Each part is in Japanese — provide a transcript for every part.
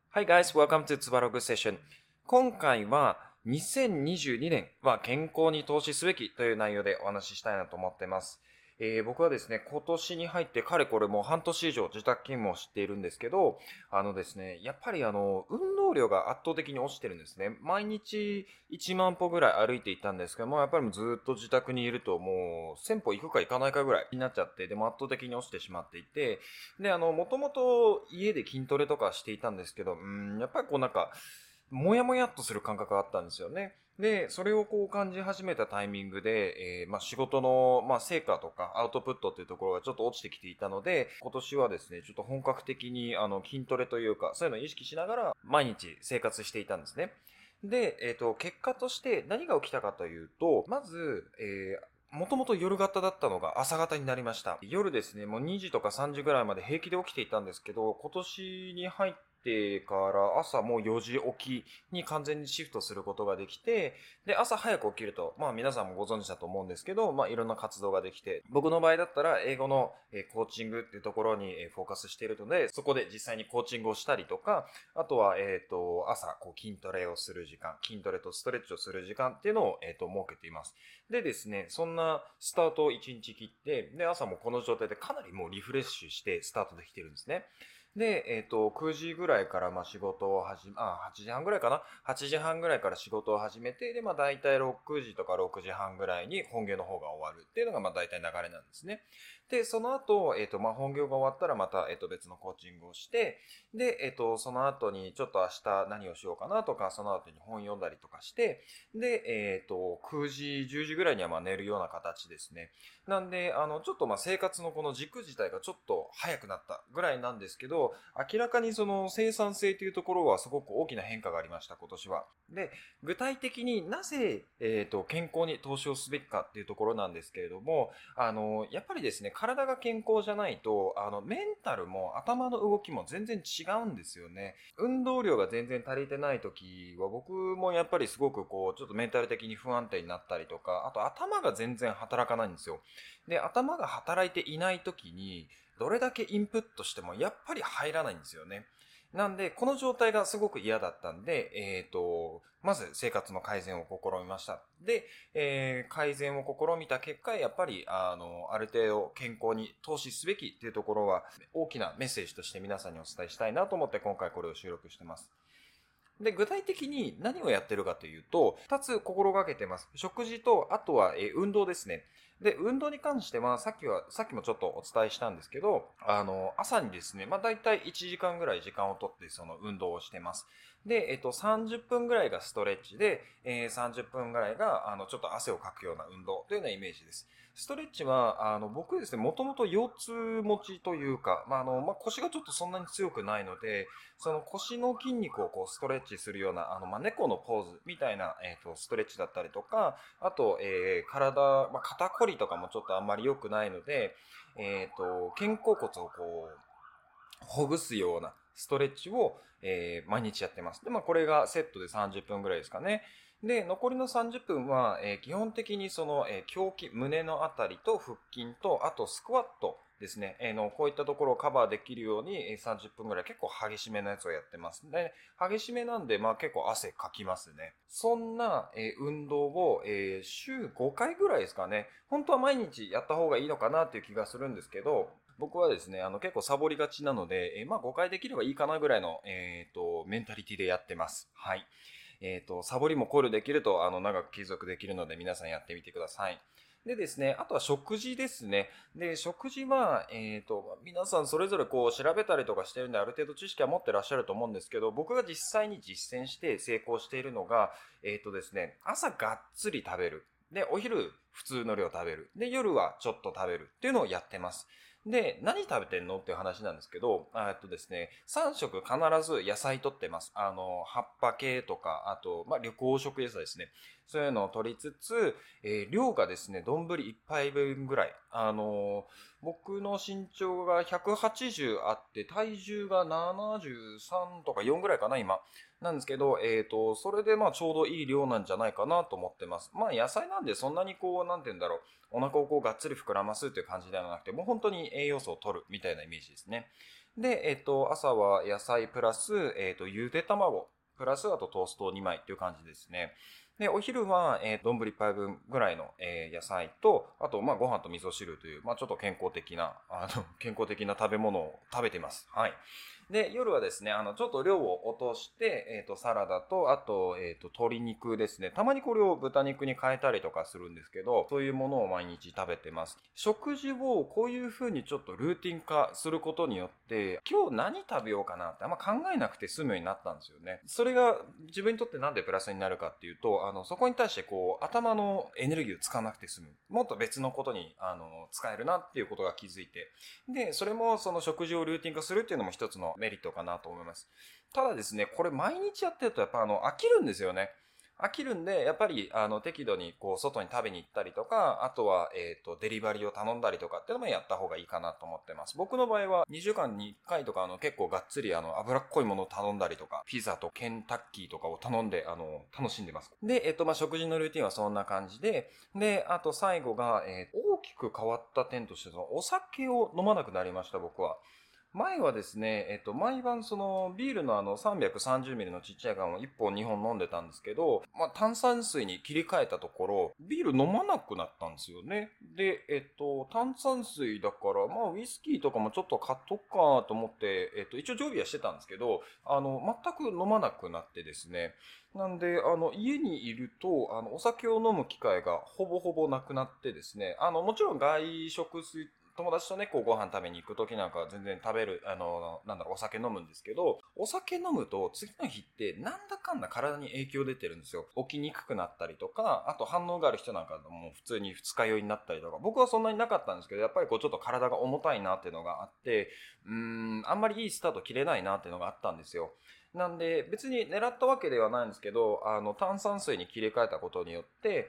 Hi guys, welcome to つばログセッション。今回は2022年は健康に投資すべきという内容でお話ししたいなと思っています。僕はですね、今年に入ってかれこれもう半年以上自宅勤務をしているんですけど、ですね、やっぱり運動量が圧倒的に落ちてるんですね。毎日1万歩ぐらい歩いていたんですけども、やっぱりもうずっと自宅にいるともう1000歩行くか行かないかぐらいになっちゃって、でも圧倒的に落ちてしまっていて、で、もともと家で筋トレとかしていたんですけど、やっぱりこうなんか、もやもやっとする感覚があったんですよね。で、それをこう感じ始めたタイミングで、仕事の、成果とかアウトプットっていうところがちょっと落ちてきていたので、今年はですね、ちょっと本格的に筋トレというか、そういうのを意識しながら毎日生活していたんですね。で、結果として何が起きたかというと、まず、もともと夜型だったのが朝型になりました。夜ですね、もう2時とか3時ぐらいまで平気で起きていたんですけど、今年に入ってから朝もう4時起きに完全にシフトすることができて、で、朝早く起きると、皆さんもご存知だと思うんですけど、いろんな活動ができて、僕の場合だったら英語のコーチングっていうところにフォーカスしているので、そこで実際にコーチングをしたりとか、あとは、朝こう筋トレをする時間、筋トレとストレッチをする時間っていうのを、設けています。でですね、そんなスタートを1日切って、で、朝もこの状態でかなりもうリフレッシュしてスタートできてるんですね。で、9時ぐらいから仕事を8時半ぐらいかな ?8 時半ぐらいから仕事を始めて、で、大体6時とか6時半ぐらいに本業の方が終わるっていうのが大体流れなんですね。で、その後、本業が終わったらまた、別のコーチングをして、で、その後にちょっと明日何をしようかなとか、その後に本読んだりとかして、で、9時、10時ぐらいには寝るような形ですね。なんで、ちょっと生活のこの軸自体がちょっと早くなったぐらいなんですけど、明らかにその生産性というところはすごく大きな変化がありました、今年は。で、具体的になぜ、健康に投資をすべきかっていうところなんですけれども、やっぱりですね、体が健康じゃないと、メンタルも頭の動きも全然違うんですよね。運動量が全然足りてない時は、僕もやっぱりすごくこう、ちょっとメンタル的に不安定になったりとか、あと頭が全然働かないんですよ。で、頭が働いていない時に、どれだけインプットしてもやっぱり入らないんですよね。なんで、この状態がすごく嫌だったんで、まず生活の改善を試みました。で、改善を試みた結果、やっぱり、ある程度健康に投資すべきっていうところは、大きなメッセージとして皆さんにお伝えしたいなと思って今回これを収録してます。で、具体的に何をやってるかというと、2つ心がけてます。食事と、あとは、運動ですね。で、運動に関しては、さっきもちょっとお伝えしたんですけど、朝にですね、だいたい1時間ぐらい時間をとって、その運動をしてます。で、30分ぐらいがストレッチで、30分ぐらいが、ちょっと汗をかくような運動というようなイメージです。ストレッチは、僕ですね、もともと腰痛持ちというか、腰がちょっとそんなに強くないので、その腰の筋肉をこうストレッチするような、猫のポーズみたいな、ストレッチだったりとか、あと、肩こりとかもちょっとあんまり良くないので、肩甲骨をこう、ほぐすようなストレッチを、毎日やってます。で、これがセットで30分ぐらいですかね。で、残りの30分は、基本的にその、胸筋、胸のあたりと腹筋と、あとスクワットですね。こういったところをカバーできるように、30分ぐらい結構激しめのやつをやってます。で、激しめなんで、結構汗かきますね。そんな、運動を、週5回ぐらいですかね。本当は毎日やった方がいいのかなっていう気がするんですけど、僕はですね、結構サボりがちなので、5回できればいいかなぐらいの、メンタリティでやってます。はい。サボりも考慮できると、長く継続できるので、皆さんやってみてください。でですね、あとは食事ですね。で、食事は、皆さんそれぞれこう調べたりとかしてるんで、ある程度知識は持ってらっしゃると思うんですけど、僕が実際に実践して成功しているのが、ですね、朝がっつり食べる。で、お昼普通の量食べる。で、夜はちょっと食べるっていうのをやってます。で、何食べてんのっていう話なんですけど、ですね、3食必ず野菜取ってます。葉っぱ系とか、あと、緑黄色野菜ですね。そういうのを取りつつ、量がですね、丼1杯分ぐらい。僕の身長が180あって、体重が73とか4ぐらいかな、今。なんですけど、それでちょうどいい量なんじゃないかなと思ってます。野菜なんでそんなにこう、なんて言うんだろう。お腹をこうがっつり膨らますっていう感じではなくて、もう本当に栄養素を取るみたいなイメージですね。 で、朝は野菜プラス、ゆで卵、プラスあとトーストを2枚っていう感じですね。で、お昼は、丼一杯分ぐらいの、野菜と、あと、ご飯と味噌汁という、ちょっと健康的な、健康的な食べ物を食べてます。はい。で、夜はですね、ちょっと量を落として、サラダと、あと、鶏肉ですね。たまにこれを豚肉に変えたりとかするんですけど、そういうものを毎日食べてます。食事をこういう風にちょっとルーティン化することによって、今日何食べようかなってあんま考えなくて済むようになったんですよね。それが自分にとってなんでプラスになるかっていうと、そこに対してこう、頭のエネルギーを使わなくて済む。もっと別のことに、使えるなっていうことが気づいて。で、それもその食事をルーティン化するっていうのも一つのメリットかなと思います。ただですね、これ毎日やってるとやっぱ飽きるんですよね。飽きるんで、やっぱり、適度に、こう、外に食べに行ったりとか、あとは、デリバリーを頼んだりとかっていうのもやった方がいいかなと思ってます。僕の場合は、2週間に1回とか、結構がっつり、脂っこいものを頼んだりとか、ピザとケンタッキーとかを頼んで、楽しんでます。で、食事のルーティンはそんな感じで、で、あと最後が、大きく変わった点として、その、お酒を飲まなくなりました、僕は。前はですね、毎晩そのビールの330ミリのちっちゃい缶を1本2本飲んでたんですけど、炭酸水に切り替えたところ、ビール飲まなくなったんですよね。で、炭酸水だから、ウイスキーとかもちょっと買っとくかと思って、一応常備はしてたんですけど、全く飲まなくなってですね。なんで、家にいると、お酒を飲む機会がほぼほぼなくなってですね、もちろん外食す友達とね、こうご飯食べに行く時なんかは全然食べる、お酒飲むんですけど、お酒飲むと次の日ってなんだかんだ体に影響出てるんですよ。起きにくくなったりとか、あと反応がある人なんかも普通に二日酔いになったりとか、僕はそんなになかったんですけど、やっぱりこうちょっと体が重たいなっていうのがあって、あんまりいいスタート切れないなっていうのがあったんですよ。なんで、別に狙ったわけではないんですけど、炭酸水に切り替えたことによって、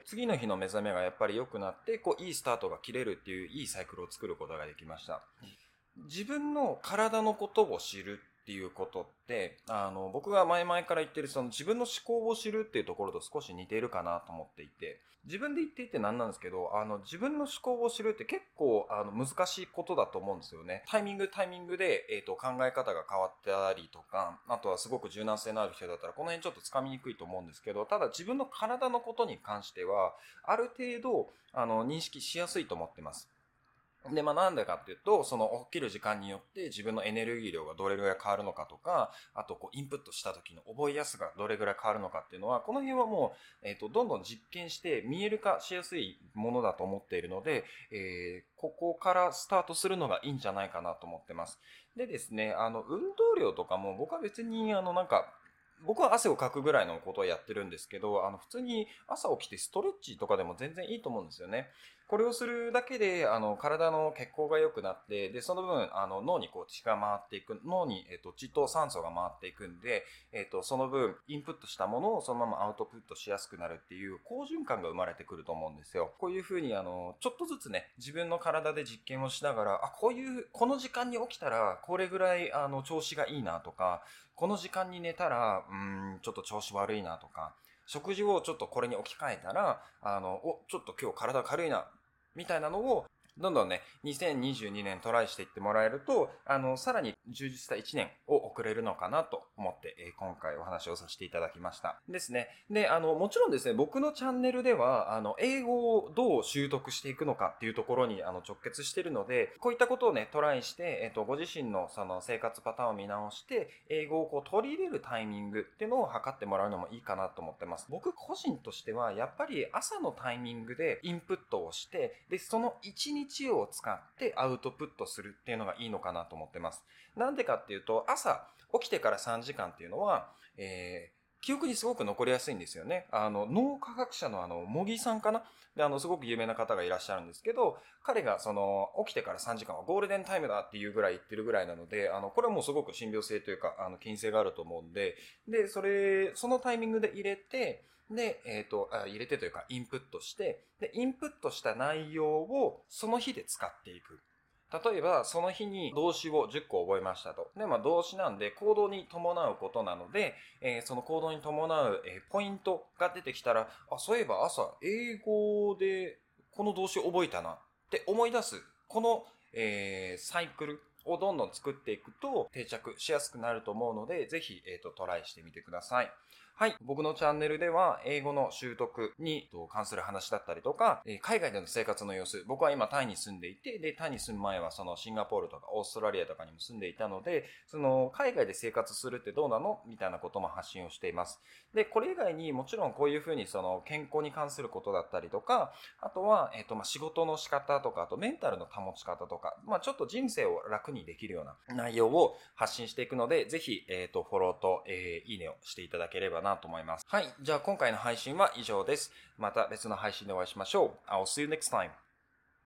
次の日の目覚めがやっぱり良くなって、こう、いいスタートが切れるっていういいサイクルを作ることができました。自分の体のことを知るっていうことって、僕が前々から言ってるその自分の思考を知るっていうところと少し似ているかなと思っていて、自分で言っていて何なんですけど、自分の思考を知るって結構、難しいことだと思うんですよね。タイミングで、考え方が変わったりとか、あとはすごく柔軟性のある人だったら、この辺ちょっとつかみにくいと思うんですけど、ただ自分の体のことに関しては、ある程度、認識しやすいと思ってます。で、なんでかっていうと、その起きる時間によって自分のエネルギー量がどれぐらい変わるのかとか、あとこうインプットした時の覚えやすさがどれぐらい変わるのかっていうのは、この辺はもう、どんどん実験して見える化しやすいものだと思っているので、ここからスタートするのがいいんじゃないかなと思ってます。でですね、運動量とかも僕は別に僕は汗をかくぐらいのことをやってるんですけど、普通に朝起きてストレッチとかでも全然いいと思うんですよね。これをするだけで、体の血行が良くなって、で、その分、脳にこう血が回っていく、脳に、血と酸素が回っていくんで、その分、インプットしたものをそのままアウトプットしやすくなるっていう、好循環が生まれてくると思うんですよ。こういうふうに、ちょっとずつね、自分の体で実験をしながら、この時間に起きたら、これぐらい、調子がいいなとか、この時間に寝たら、ちょっと調子悪いなとか、食事をちょっとこれに置き換えたら、ちょっと今日体軽いな、みたいなのを、どんどんね、2022年トライしていってもらえると、さらに充実した1年を送れるのかなと思って、今回お話をさせていただきました。ですね。で、もちろんですね、僕のチャンネルでは、英語をどう習得していくのかっていうところに、直結しているので、こういったことをね、トライして、ご自身のその生活パターンを見直して、英語をこう取り入れるタイミングっていうのを測ってもらうのもいいかなと思ってます。僕個人としては、やっぱり朝のタイミングでインプットをして、で、その1日を使ってアウトプットするっていうのがいいのかなと思ってます。なんでかっていうと、朝起きてから3時間っていうのは、記憶にすごく残りやすいんですよね。脳科学者の茂木さんかなで、すごく有名な方がいらっしゃるんですけど、彼が起きてから3時間はゴールデンタイムだっていうぐらい言ってるぐらいなので、これはもうすごく信憑性というか、権威性があると思うんで、で、そのタイミングで入れて、で、入れてというか、インプットして、で、インプットした内容をその日で使っていく。例えば、その日に動詞を10個覚えましたと。で、動詞なんで行動に伴うことなので、その行動に伴う、ポイントが出てきたら、そういえば朝、英語でこの動詞覚えたなって思い出す、この、サイクルをどんどん作っていくと定着しやすくなると思うので、ぜひ、トライしてみてください。はい。僕のチャンネルでは、英語の習得に関する話だったりとか、海外での生活の様子、僕は今タイに住んでいて、で、タイに住む前はそのシンガポールとかオーストラリアとかにも住んでいたので、その海外で生活するってどうなのみたいなことも発信をしています。で、これ以外にもちろんこういうふうにその健康に関することだったりとか、あとは、仕事の仕方とか、あとメンタルの保ち方とか、ちょっと人生を楽にできるような内容を発信していくので、ぜひ、フォローと、いいねをしていただければなと思います。はい。じゃあ今回の配信は以上です。また別の配信でお会いしましょう。I'll see you next time.